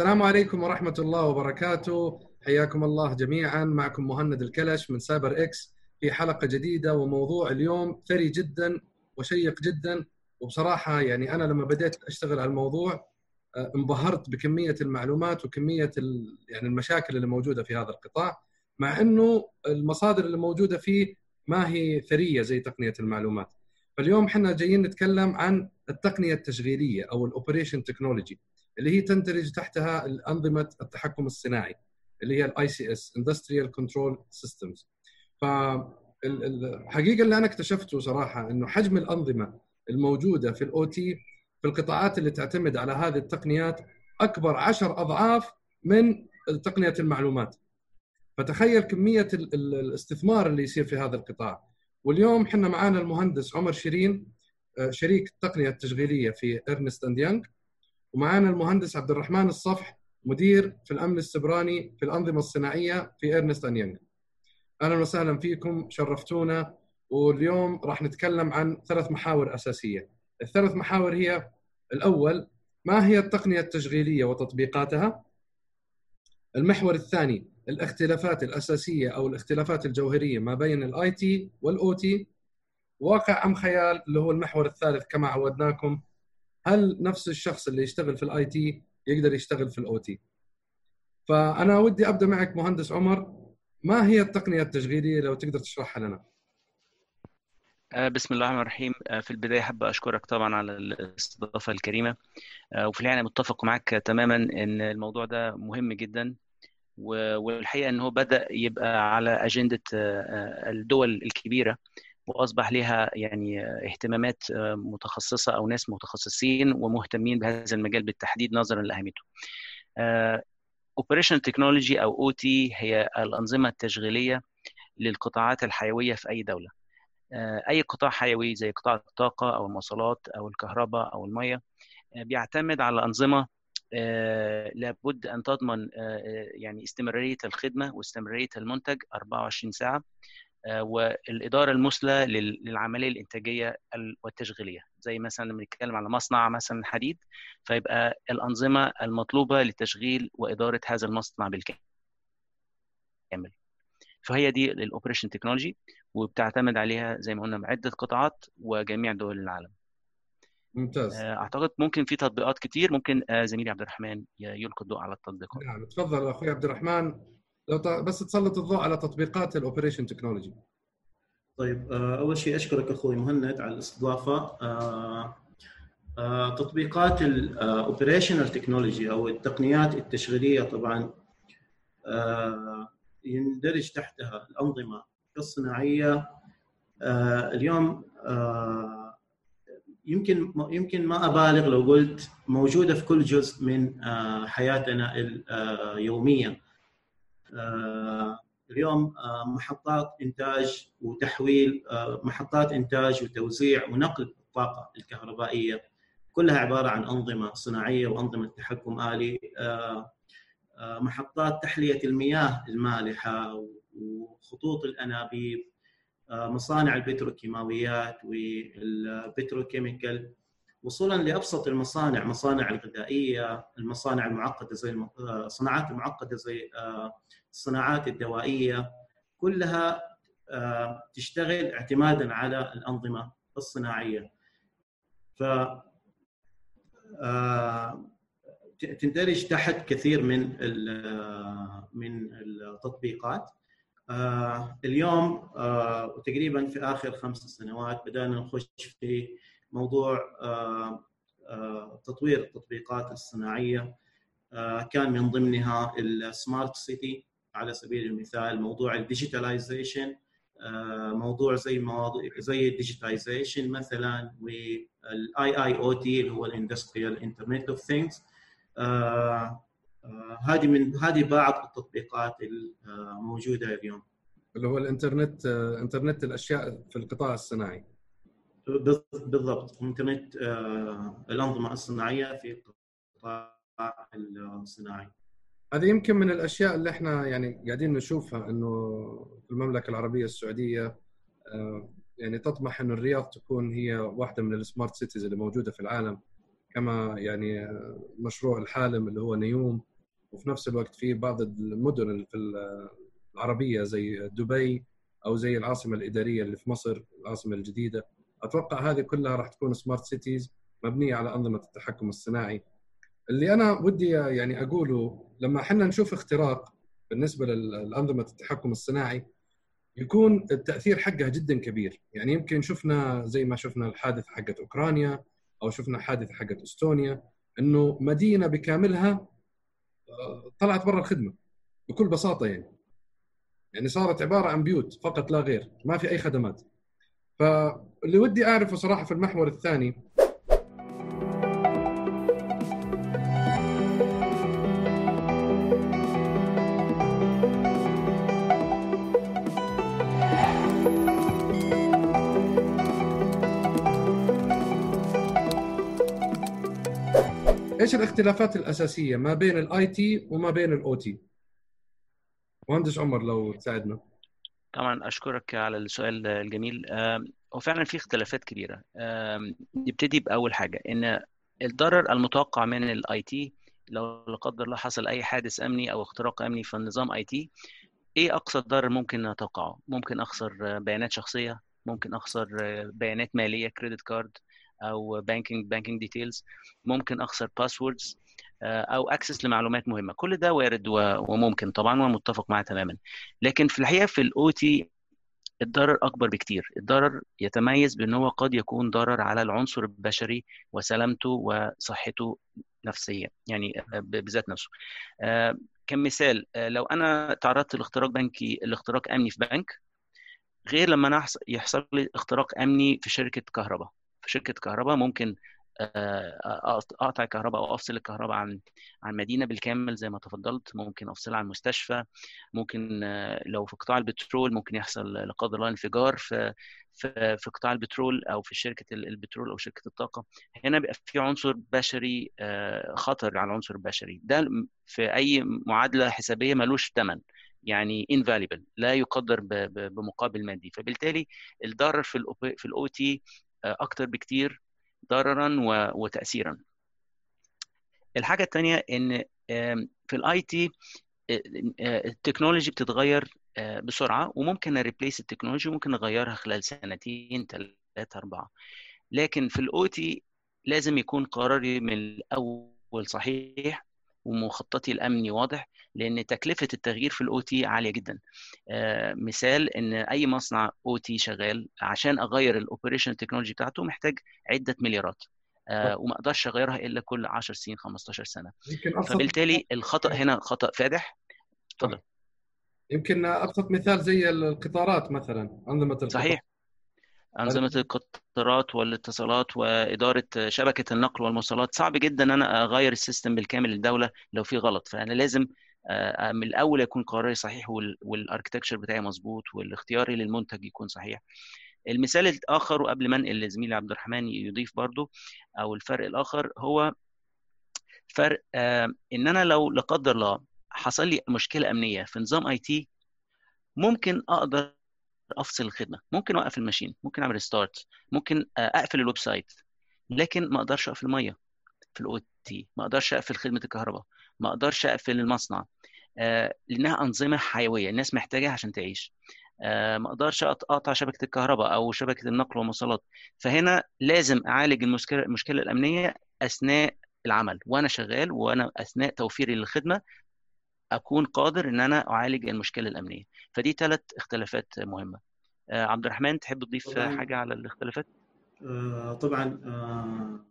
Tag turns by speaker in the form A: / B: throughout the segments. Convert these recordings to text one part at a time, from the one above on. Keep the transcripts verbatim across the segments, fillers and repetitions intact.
A: السلام عليكم ورحمة الله وبركاته. حياكم الله جميعا. معكم مهند الكلش من سايبر إكس في حلقة جديدة، وموضوع اليوم ثري جدا وشيق جدا. وبصراحة يعني أنا لما بديت أشتغل على الموضوع انبهرت بكمية المعلومات وكمية يعني المشاكل اللي موجودة في هذا القطاع، مع أنه المصادر اللي موجودة فيه ما هي ثرية زي تقنية المعلومات. فاليوم حنا جايين نتكلم عن التقنية التشغيلية أو الأوبريشن تكنولوجي، اللي هي تندرج تحتها الأنظمة التحكم الصناعي اللي هي الاي سي اس Industrial Control Systems. فالحقيقة اللي أنا اكتشفته صراحة أنه حجم الأنظمة الموجودة في الأو تي في القطاعات اللي تعتمد على هذه التقنيات أكبر عشر أضعاف من تقنية المعلومات. فتخيل كمية الاستثمار اللي يصير في هذا القطاع. واليوم حنا معانا المهندس عمر شيرين، شريك التقنية التشغيلية في إرنست أند يونغ، ومعانا المهندس عبد الرحمن الصفح، مدير في الأمن السبراني في الأنظمة الصناعية في إرنست أند يونغ. أهلا وسهلا فيكم، شرفتونا. واليوم راح نتكلم عن ثلاث محاور أساسية. الثلاث محاور هي: الأول، ما هي التقنية التشغيلية وتطبيقاتها؟ المحور الثاني، الاختلافات الأساسية أو الاختلافات الجوهرية ما بين الاي تي والاو تي، واقع أم خيال، اللي هو المحور الثالث كما عودناكم: هل نفس الشخص اللي يشتغل في الاي تي يقدر يشتغل في الاو تي؟ فأنا ودي أبدأ معك مهندس عمر، ما هي التقنية التشغيلية لو تقدر تشرحها لنا؟
B: بسم الله الرحمن الرحيم. في البداية حابة أشكرك طبعا على الاستضافة الكريمة، وفي الحقيقة أنا متفق معك تماما إن الموضوع ده مهم جدا، والحقيقة إن هو بدأ يبقى على أجندة الدول الكبيرة، وأصبح لها يعني اهتمامات متخصصة أو ناس متخصصين ومهتمين بهذا المجال بالتحديد نظرا لأهميته. Operational Technology أو أو تي هي الأنظمة التشغيلية للقطاعات الحيوية في أي دولة. أي قطاع حيوي زي قطاع الطاقة أو المواصلات أو الكهرباء أو المياه بيعتمد على أنظمة لابد أن تضمن يعني استمرارية الخدمة واستمرارية المنتج أربعة وعشرين ساعة، والإدارة المثلى للعملية الإنتاجية والتشغيلية. زي مثلا لما نتكلم على مصنع مثلا حديد، فيبقى الأنظمة المطلوبة لتشغيل وإدارة هذا المصنع بالكامل. فهي دي الأوبريشن تكنولوجي، وبتعتمد عليها زي ما قلنا عدة قطاعات وجميع دول العالم.
A: ممتاز.
B: أعتقد ممكن في تطبيقات كتير، ممكن زميلي عبد الرحمن يلقي الضوء على التطبيقات.
A: نعم، تفضل أخوي عبد الرحمن، لو بس تسلط الضوء على تطبيقات الأوبريشن تكنولوجي.
C: طيب، أول شيء أشكرك أخوي مهند على الاستضافة. تطبيقات الأوبريشنال تكنولوجي أو التقنيات التشغيلية طبعاً يندرج تحتها الأنظمة الصناعية. اليوم يمكن يمكن ما أبالغ لو قلت موجودة في كل جزء من حياتنا اليومية. اليوم محطات إنتاج وتحويل، محطات إنتاج وتوزيع ونقل الطاقة الكهربائية كلها عبارة عن أنظمة صناعية وأنظمة تحكم آلي. محطات تحلية المياه المالحة وخطوط الأنابيب، مصانع البتروكيماويات والبتروكيميكال، وصولا لأبسط المصانع، مصانع الغذائية، المصانع المعقدة زي الصناعات المعقدة زي الصناعات الدوائية، كلها تشتغل اعتمادا على الأنظمة الصناعية. ف تندرج تحت كثير من من التطبيقات. اليوم وتقريبا في آخر خمس سنوات بدأنا نخش في موضوع تطوير التطبيقات الصناعية. كان من ضمنها السمارت سيتي على سبيل المثال، موضوع الديجيتاليزيشن، موضوع زي مواضيع زي الديجيتايزيشن مثلا، والاي اي او تي اللي هو الاندستريال انترنت اوف ثينجز. هذه من هذه بعض التطبيقات الموجوده اليوم،
A: اللي هو الانترنت، انترنت الاشياء في القطاع الصناعي.
C: بالضبط، انترنت الانظمه الصناعيه في القطاع الصناعي.
A: هذه يمكن من الاشياء اللي احنا يعني قاعدين نشوفها، انه في المملكه العربيه السعوديه يعني تطمح انه الرياض تكون هي واحده من السمارت سيتيز اللي موجوده في العالم، كما يعني مشروع الحالم اللي هو نيوم وفي نفس الوقت في بعض المدن في العربية زي دبي أو زي العاصمة الإدارية اللي في مصر، العاصمة الجديدة. أتوقع هذه كلها راح تكون سمارت سيتيز مبنية على أنظمة التحكم الصناعي. اللي أنا ودي يعني أقوله، لما حنا نشوف اختراق بالنسبة للأنظمة التحكم الصناعي يكون التأثير حقها جدا كبير. يعني يمكن شفنا زي ما شفنا الحادث حقت أوكرانيا أو شفنا حادث حقت أستونيا، إنه مدينة بكاملها طلعت برا الخدمة بكل بساطة. يعني يعني صارت عبارة عن بيوت فقط لا غير، ما في أي خدمات. فاللي ودي أعرفه صراحة في المحور الثاني، ايش الاختلافات الاساسيه ما بين الاي تي وما بين الاو تي؟ مهندس عمر لو تساعدنا.
B: طبعا اشكرك على السؤال الجميل. وفعلا في اختلافات كبيره. نبتدي باول حاجه، ان الضرر المتوقع من الاي تي لو لا قدر الله حصل اي حادث امني او اختراق امني في النظام اي تي، ايه اقصى ضرر ممكن نتوقعه؟ ممكن اخسر بيانات شخصيه، ممكن اخسر بيانات ماليه كريدت كارد او بانكينج بانكينج ديتيلز، ممكن اخسر باسوردز او اكسس لمعلومات مهمه. كل ده وارد وممكن طبعا ومتفق معاه تماما. لكن في الحقيقه في الاو تي الضرر اكبر بكتير. الضرر يتميز بان هو قد يكون ضرر على العنصر البشري وسلامته وصحته نفسيا، يعني بذات نفسه. كمثال، لو انا تعرضت لاختراق بنكي لاختراق امني في بنك، غير لما انا يحصل لي اختراق امني في شركه كهرباء. في شركه كهرباء ممكن اقطع الكهرباء او افصل الكهرباء عن عن مدينه بالكامل زي ما تفضلت. ممكن افصلها عن مستشفى. ممكن لو في قطاع البترول ممكن يحصل لا قدر الله انفجار في في في قطاع البترول او في شركه البترول او شركه الطاقه. هنا بيبقى في عنصر بشري، خطر على العنصر البشري ده في اي معادله حسابيه ملوش ثمن، يعني invaluable، لا يقدر بمقابل مادي. فبالتالي الضرر في ال في الاو تي اكتر بكتير ضررا وتاثيرا. الحاجه الثانيه ان في الاي تي التكنولوجي بتتغير بسرعه، وممكن نريبليس التكنولوجي وممكن نغيرها خلال سنتين ثلاثه اربعه. لكن في الاو تي لازم يكون قراري من الاول صحيح ومخططي الامني واضح، لان تكلفه التغيير في الاو تي عاليه جدا. آه مثال ان اي مصنع او تي شغال عشان اغير الاوبريشن تكنولوجي بتاعته محتاج عده مليارات، آه وما اقدرش اغيرها الا كل عشر سنين خمستاشر سنه. فبالتالي الخطا هنا خطا فادح. اتفضل.
A: يمكن ابسط مثال زي القطارات مثلا، انظمه القطارات.
B: صحيح، أنظمة القطارات والاتصالات وإدارة شبكة النقل والمواصلات صعب جدا أن أنا أغير السيستم بالكامل للدولة لو في غلط. فأنا لازم من الأول يكون قراري صحيح والاركتكتشر بتاعي مظبوط والاختياري للمنتج يكون صحيح. المثال الآخر، وقبل ما انقل لزميلي عبد الرحمن يضيف برضو، أو الفرق الآخر، هو فرق إن أنا لو لا قدر الله حصل لي مشكلة أمنية في نظام أي تي، ممكن أقدر افصل الخدمه، ممكن اوقف الماشين، ممكن اعمل ستارت، ممكن اقفل الويب سايت، لكن ما اقدرش اقفل الميه في الاو تي، ما اقدرش اقفل خدمه الكهرباء، ما اقدرش اقفل المصنع، آه لانها انظمه حيويه الناس محتاجاها عشان تعيش. آه ما اقدرش اقطع شبكه الكهرباء او شبكه النقل والمواصلات. فهنا لازم اعالج المشكله المشكله الامنيه اثناء العمل وانا شغال، وانا اثناء توفيري للخدمه اكون قادر ان انا اعالج المشكله الامنيه. فدي ثلاث اختلافات مهمه. آه عبد الرحمن تحب تضيف حاجه على الاختلافات؟
C: آه طبعا. آه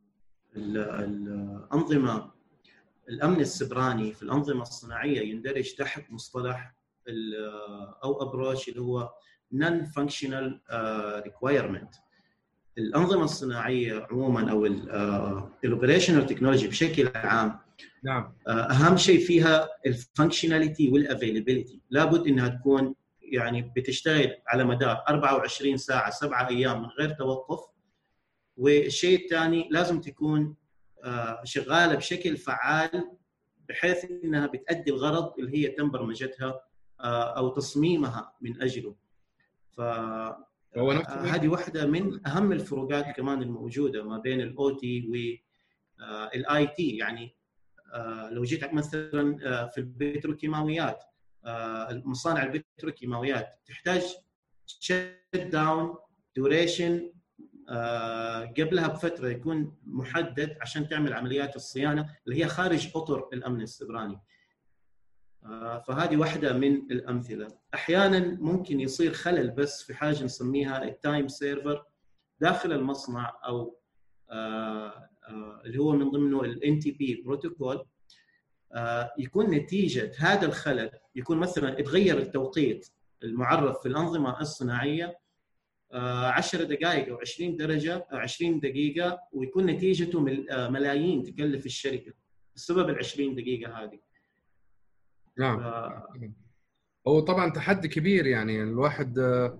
C: الانظمه الامن السبراني في الانظمه الصناعيه يندرج تحت مصطلح او ابروش اللي هو non functional requirement. الانظمه الصناعيه عموما او الاوبريشنال تكنولوجي بشكل عام،
A: نعم،
C: اهم شيء فيها الفانكشناليتي والافيلابيلتي. لابد انها تكون يعني بتشتغل على مدار أربعة وعشرين ساعه سبعة ايام من غير توقف. والشيء الثاني لازم تكون شغاله بشكل فعال بحيث انها بتؤدي الغرض اللي هي تم برمجتها او تصميمها من اجله. ف هذه واحده من اهم الفروقات كمان الموجوده ما بين الاو تي والاي تي. يعني لو جيت مثلا في البتروكيماويات، مصانع البتروكيماويات تحتاج شت داون دوريشن قبلها بفتره يكون محدد عشان تعمل عمليات الصيانه اللي هي خارج اطر الامن السيبراني. فهذه واحده من الامثله. احيانا ممكن يصير خلل بس في حاجه نسميها التايم سيرفر داخل المصنع، او اللي هو من ضمنه الان تي بي بروتوكول. يكون نتيجه هذا الخلل يكون مثلا اتغير التوقيت المعرف في الانظمه الصناعيه عشر دقائق او عشرين درجه او عشرين دقيقه، ويكون نتيجته ملايين تكلف الشركه بسبب ال عشرين دقيقه هذه.
A: نعم. ف... هو طبعا تحدي كبير، يعني الواحد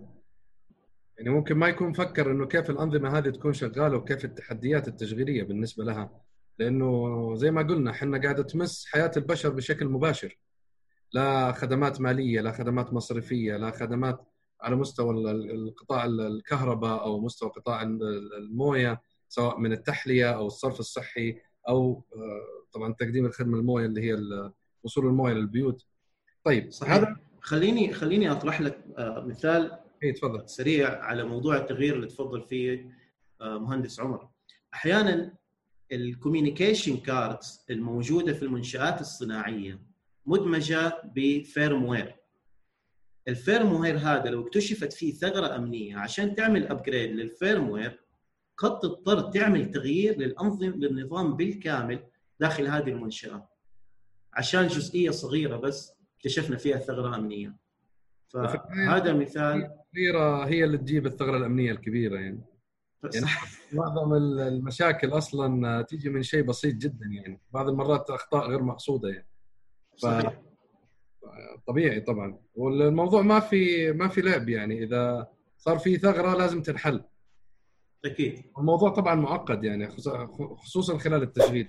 A: يعني ممكن ما يكون مفكر انه كيف الانظمه هذه تكون شغاله وكيف التحديات التشغيليه بالنسبه لها، لانه زي ما قلنا احنا قاعده تمس حياه البشر بشكل مباشر. لا خدمات ماليه، لا خدمات مصرفيه، لا خدمات على مستوى القطاع الكهرباء او مستوى قطاع المويه، سواء من التحليه او الصرف الصحي او طبعا تقديم الخدمه المويه اللي هي وصول المويه للبيوت. طيب
C: صحيح. هذا خليني خليني اطرح لك مثال
A: اي تفضل
C: سريع على موضوع التغيير اللي تفضل فيه مهندس عمر. احيانا الكوميونيكيشن كاردز الموجوده في المنشآت الصناعيه مدمجه بفيرموير. الفيرموير هذا لو اكتشفت فيه ثغره امنيه، عشان تعمل ابجريد للفيرموير قد تضطر تعمل تغيير للانظمه للنظام بالكامل داخل هذه المنشاه عشان جزئيه صغيره بس اكتشفنا فيها ثغره امنيه. فهذا مثال.
A: الصغيره هي اللي تجيب الثغره الامنيه الكبيره. يعني, يعني معظم المشاكل اصلا تيجي من شيء بسيط جدا، يعني بعض المرات اخطاء غير مقصوده يعني. ف...
C: صحيح.
A: طبيعي طبعا، والموضوع ما في ما في لعب، يعني اذا صار في ثغره لازم تنحل.
C: اكيد.
A: الموضوع طبعا معقد يعني، خصوصا خلال التشغيل.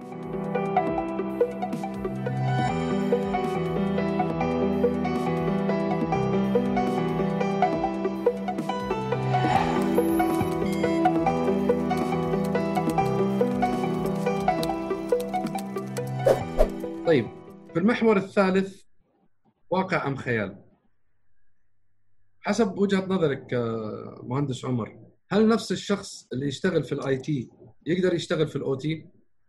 A: طيب في المحور الثالث، واقع أم خيال؟ حسب وجهة نظرك مهندس عمر، هل نفس الشخص اللي يشتغل في الاي تي يقدر يشتغل في الاو تي؟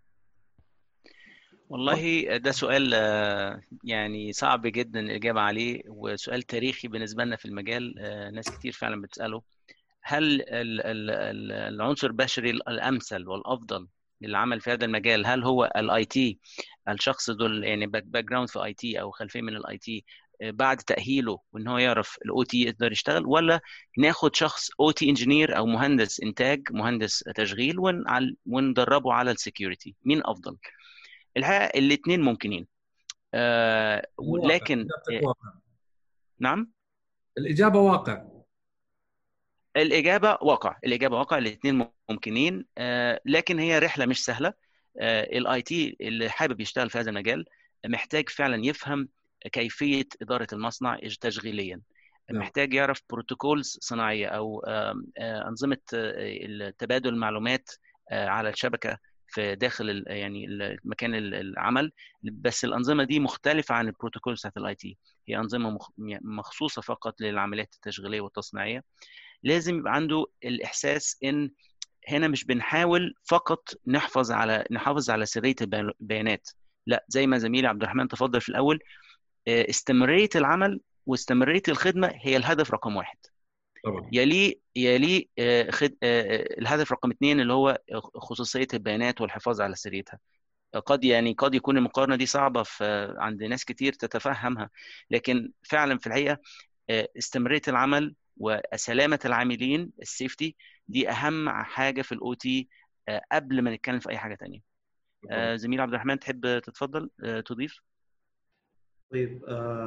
B: والله ده سؤال يعني صعب جدا الإجابة عليه، وسؤال تاريخي بالنسبة لنا في المجال. ناس كتير فعلا بتسأله هل العنصر البشري الأمثل والأفضل للعمل في هذا المجال هل هو الاي تي، الشخص دول يعني باك جراوند في اي تي او خلفيه من الاي تي بعد تاهيله وان هو يعرف الاو تي يقدر يشتغل، ولا ناخد شخص او تي انجينير او مهندس انتاج مهندس تشغيل وندربه على السكيورتي؟ مين افضل؟ الحقيقه الاثنين ممكنين. آه ولكن
A: واقع.
B: نعم
A: الاجابه واقع.
B: الإجابة واقع الإجابة واقع الاثنين ممكنين. آه لكن هي رحلة مش سهلة. آه الاي تي اللي حابب يشتغل في هذا المجال محتاج فعلا يفهم كيفية إدارة المصنع تشغيليا. نعم. محتاج يعرف بروتوكولز صناعية أو آه آه أنظمة آه تبادل المعلومات آه على الشبكة في داخل يعني مكان العمل. بس الأنظمة دي مختلفة عن البروتوكولز بتاعت الاي تي، هي أنظمة مخصوصة فقط للعمليات التشغيلية والتصنيعية. لازم يبقى عنده الإحساس إن هنا مش بنحاول فقط نحفظ على نحافظ على سرية البيانات، لا، زي ما زميلي عبد الرحمن تفضل في الأول، استمرارية العمل واستمرارية الخدمة هي الهدف رقم واحد.
A: طبعا.
B: يلي يلي خد... الهدف رقم اثنين اللي هو خصوصية البيانات والحفاظ على سريتها. قد يعني قد يكون المقارنة دي صعبة في عند ناس كتير تتفهمها، لكن فعلا في الحقيقة استمرارية العمل وسلامة العاملين السيفتي دي أهم حاجة في الأو تي قبل ما نتكلم في أي حاجة تانية. آه زميل عبد الرحمن تحب تتفضل آه تضيف؟
C: طيب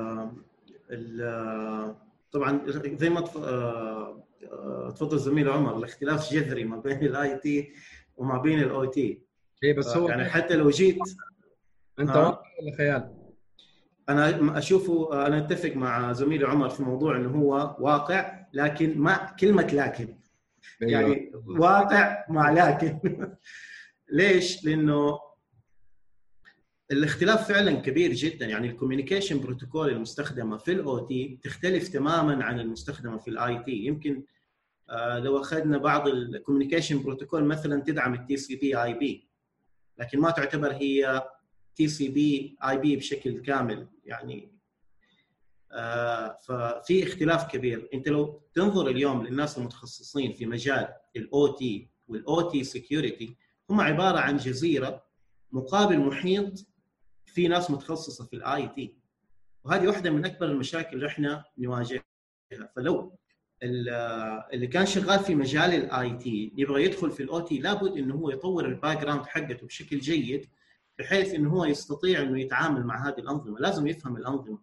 C: آه طبعا زي ما آه تفضل زميل عمر، الاختلاف جذري ما بين الاي تي وما بين الاو تي.
A: ايه بس هو
C: يعني حتى لو جيت
A: انت واقع ولا خيال؟
C: انا اشوفه انا اتفق مع زميلي عمر في موضوع انه هو واقع، لكن مع كلمه لكن. يعني واقع مع لكن. ليش؟ لانه الاختلاف فعلا كبير جدا. يعني الكوميونيكيشن بروتوكول المستخدمه في الاو تي تختلف تماما عن المستخدمه في الاي تي. يمكن آه لو اخذنا بعض الكوميونيكيشن بروتوكول مثلا تدعم التي سي بي اي بي، لكن ما تعتبر هي تي سي بي اي بي بشكل كامل. يعني آه ففي اختلاف كبير. انت لو تنظر اليوم للناس المتخصصين في مجال الاو تي والاو تي سكيورتي، هم عباره عن جزيره مقابل محيط في ناس متخصصه في الاي تي، وهذه واحده من اكبر المشاكل اللي احنا نواجهها. فلو اللي كان شغال في مجال الاي تي يبغى يدخل في الاو تي، لابد انه هو يطور الباك جراوند حقته بشكل جيد بحيث انه هو يستطيع انه يتعامل مع هذه الانظمه. لازم يفهم الانظمه.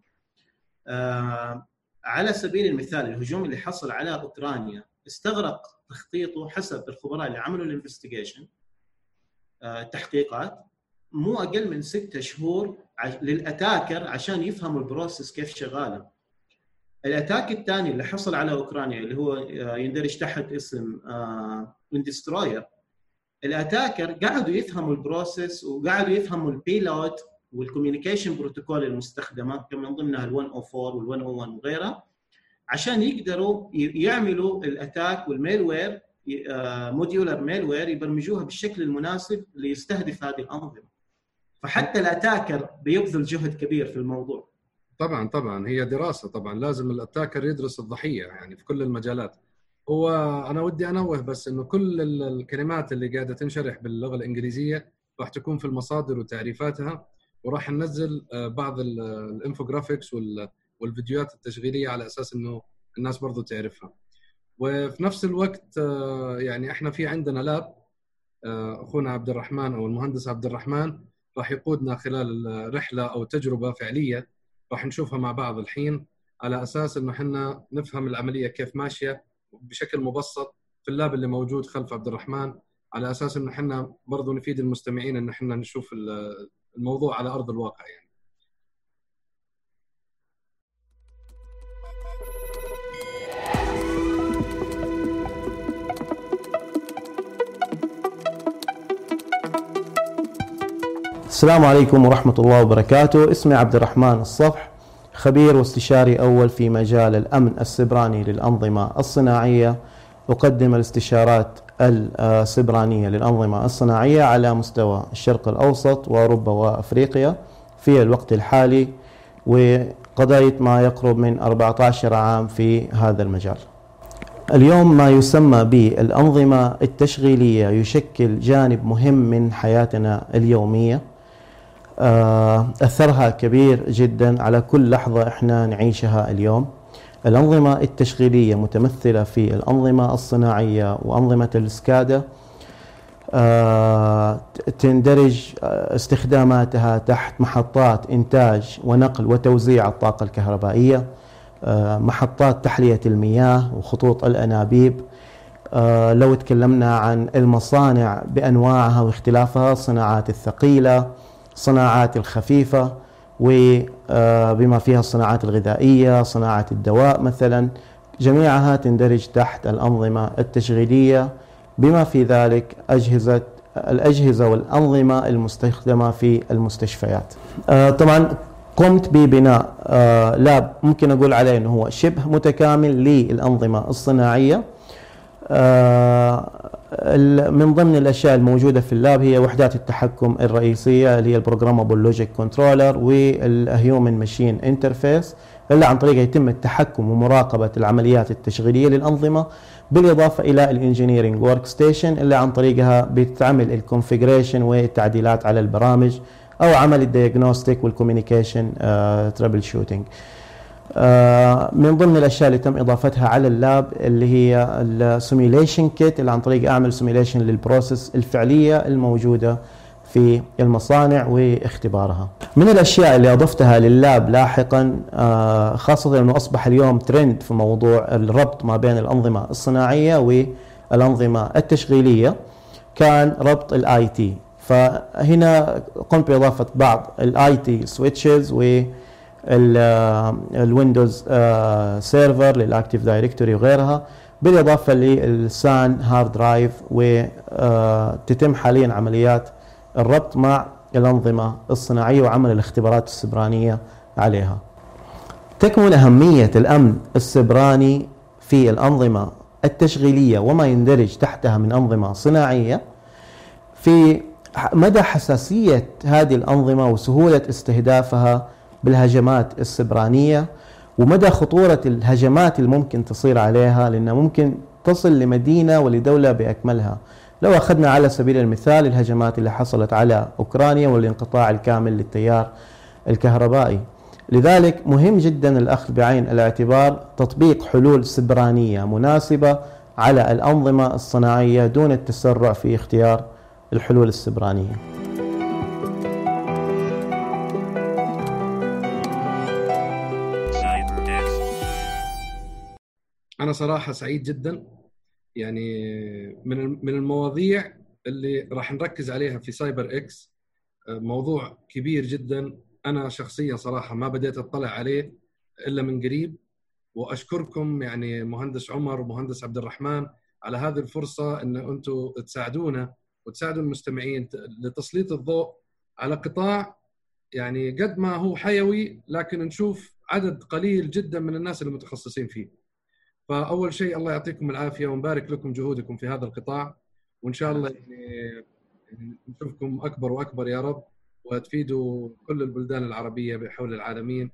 C: آه على سبيل المثال الهجوم اللي حصل على اوكرانيا استغرق تخطيطه حسب الخبراء اللي عملوا الانفستيجيشن آه التحقيقات مو اقل من ستة شهور للاتاكر عشان يفهموا البروسيس كيف شغاله. الاتاك الثاني اللي حصل على اوكرانيا اللي هو يندرج تحت اسم ويندستروير، الاتاكر قعدوا يفهموا البروسيس وقعدوا يفهموا البيلود والكوميونيكيشن بروتوكول المستخدمه كما من ضمنها ال مية وأربعة وال مية وواحد وغيرها، عشان يقدروا يعملوا الاتاك والميل وير موديولر ميل وير يبرمجوها بالشكل المناسب ليستهدف هذه الانظمه. فحتى الاتاكر بيبذل جهد كبير في الموضوع.
A: طبعا طبعا هي دراسه، طبعا لازم الاتاكر يدرس الضحيه يعني في كل المجالات. هو انا ودي انوه بس انه كل الكلمات اللي قاعده تنشرح باللغه الانجليزيه راح تكون في المصادر وتعريفاتها، وراح ننزل بعض الانفوجرافيكس والفيديوهات التشغيليه على اساس انه الناس برضو تعرفها. وفي نفس الوقت يعني احنا في عندنا لاب اخونا عبد الرحمن او المهندس عبد الرحمن راح يقودنا خلال رحله او تجربه فعليه راح نشوفها مع بعض الحين، على اساس انه احنا نفهم العمليه كيف ماشيه بشكل مبسط في اللاب اللي موجود خلف عبد الرحمن، على اساس انه احنا برضو نفيد المستمعين ان احنا نشوف الموضوع على ارض الواقع يعني.
D: السلام عليكم ورحمة الله وبركاته. اسمي عبد الرحمن الصفح، خبير واستشاري أول في مجال الأمن السبراني للأنظمة الصناعية. أقدم الاستشارات السبرانية للأنظمة الصناعية على مستوى الشرق الأوسط وأوروبا وأفريقيا في الوقت الحالي، وقضيت ما يقرب من أربعة عشر عام في هذا المجال. اليوم ما يسمى بالأنظمة التشغيلية يشكل جانب مهم من حياتنا اليومية، أثرها كبير جدا على كل لحظة احنا نعيشها اليوم. الأنظمة التشغيلية متمثلة في الأنظمة الصناعية وأنظمة السكادا، تندرج استخداماتها تحت محطات إنتاج ونقل وتوزيع الطاقة الكهربائية، محطات تحلية المياه وخطوط الأنابيب. لو تكلمنا عن المصانع بأنواعها واختلافها، الصناعات الثقيلة، صناعات الخفيفة، وبما فيها الصناعات الغذائية، صناعة الدواء مثلا، جميعها تندرج تحت الأنظمة التشغيلية، بما في ذلك أجهزة الأجهزة والأنظمة المستخدمة في المستشفيات. طبعا قمت ببناء لاب ممكن أقول عليه أنه هو شبه متكامل للأنظمة الصناعية. من ضمن الأشياء الموجودة في اللاب هي وحدات التحكم الرئيسية اللي هي البروجرامابل لوجيك كنترولر والهيومن ماشين انترفيس، اللي عن طريقها يتم التحكم ومراقبة العمليات التشغيلية للأنظمة، بالإضافة إلى الانجينيرنج ورك ستيشن اللي عن طريقها بتعمل الكونفيجريشن والتعديلات على البرامج أو عمل الدياجنوستيك والكوميونيكيشن ترابل شوتينج. من ضمن الاشياء اللي تم اضافتها على اللاب اللي هي السيميوليشن كيت، اللي عن طريق اعمل سيميوليشن للبروسيس الفعليه الموجوده في المصانع واختبارها. من الاشياء اللي اضفتها لللاب لاحقا، خاصه انه اصبح اليوم ترند في موضوع الربط ما بين الانظمه الصناعيه والانظمه التشغيليه، كان ربط الاي تي. فهنا قمت باضافه بعض الاي تي سويتشز و الويندوز سيرفر للاكتيف دايركتوري وغيرها، بالاضافه للسان هارد درايف، وتتم حاليا عمليات الربط مع الأنظمة الصناعية وعمل الاختبارات السبرانية عليها. تكمن أهمية الأمن السبراني في الأنظمة التشغيلية وما يندرج تحتها من أنظمة صناعية في مدى حساسية هذه الأنظمة وسهولة استهدافها بالهجمات السبرانية، ومدى خطورة الهجمات الممكن تصير عليها، لأنها ممكن تصل لمدينة ولدولة بأكملها. لو أخذنا على سبيل المثال الهجمات اللي حصلت على أوكرانيا والانقطاع الكامل للتيار الكهربائي. لذلك مهم جدا الأخذ بعين الاعتبار تطبيق حلول سبرانية مناسبة على الأنظمة الصناعية دون التسرع في اختيار الحلول السبرانية.
A: أنا صراحة سعيد جدا، يعني من من المواضيع اللي راح نركز عليها في سايبر إكس موضوع كبير جدا. أنا شخصيا صراحة ما بديت أطلع عليه إلا من قريب، وأشكركم يعني مهندس عمر ومهندس عبد الرحمن على هذه الفرصة أن أنتم تساعدونا وتساعدوا المستمعين لتسليط الضوء على قطاع يعني قد ما هو حيوي، لكن نشوف عدد قليل جدا من الناس المتخصصين فيه. فأول شيء الله يعطيكم العافية ونبارك لكم جهودكم في هذا القطاع، وإن شاء الله يعني نشوفكم أكبر وأكبر يا رب، وتفيدوا كل البلدان العربية بحول العالمين.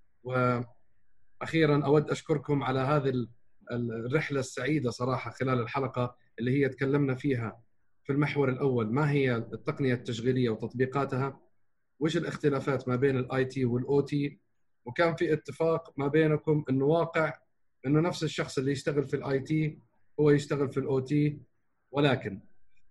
A: وأخيرا أود أشكركم على هذه الرحلة السعيدة صراحة خلال الحلقة اللي هي تكلمنا فيها في المحور الأول ما هي التقنية التشغيلية وتطبيقاتها، وإيش الاختلافات ما بين الآي تي والأو تي، وكان في اتفاق ما بينكم إنه واقع إنه نفس الشخص اللي يشتغل في الآي تي هو يشتغل في الأو تي. ولكن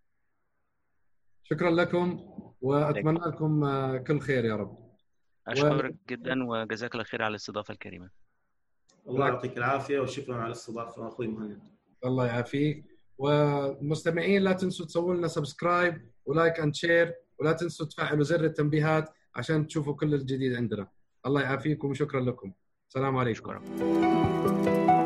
A: شكرا لكم وأتمنى لكم كل خير يا رب.
B: أشكرك و... جدا وجزاك الله خير على الاستضافة الكريمة.
C: الله يعطيك العافية وشكرا على الاستضافة أخوي مهند.
A: الله يعافيك. ومستمعين لا تنسوا تسووا لنا سبسكرايب ولايك اند شير، ولا تنسوا تفعلوا زر التنبيهات عشان تشوفوا كل الجديد عندنا. الله يعافيكم وشكرا لكم. السلام عليكم.
B: شكرا.